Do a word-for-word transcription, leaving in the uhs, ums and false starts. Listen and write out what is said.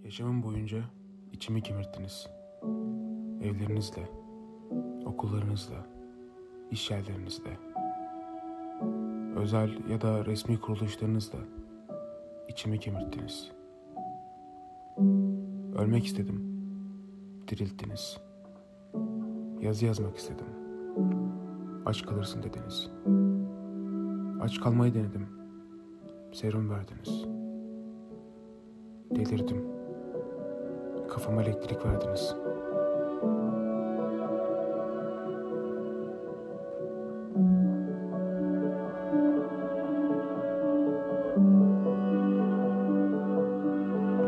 Yaşamım boyunca içimi kemirttiniz. Evlerinizle, okullarınızla, iş yerlerinizle, özel ya da resmi kuruluşlarınızla içimi kemirttiniz. Ölmek istedim, dirilttiniz. Yazı yazmak istedim, aç kalırsın dediniz. Aç kalmayı denedim, serum verdiniz. Delirdim, kafama elektrik verdiniz.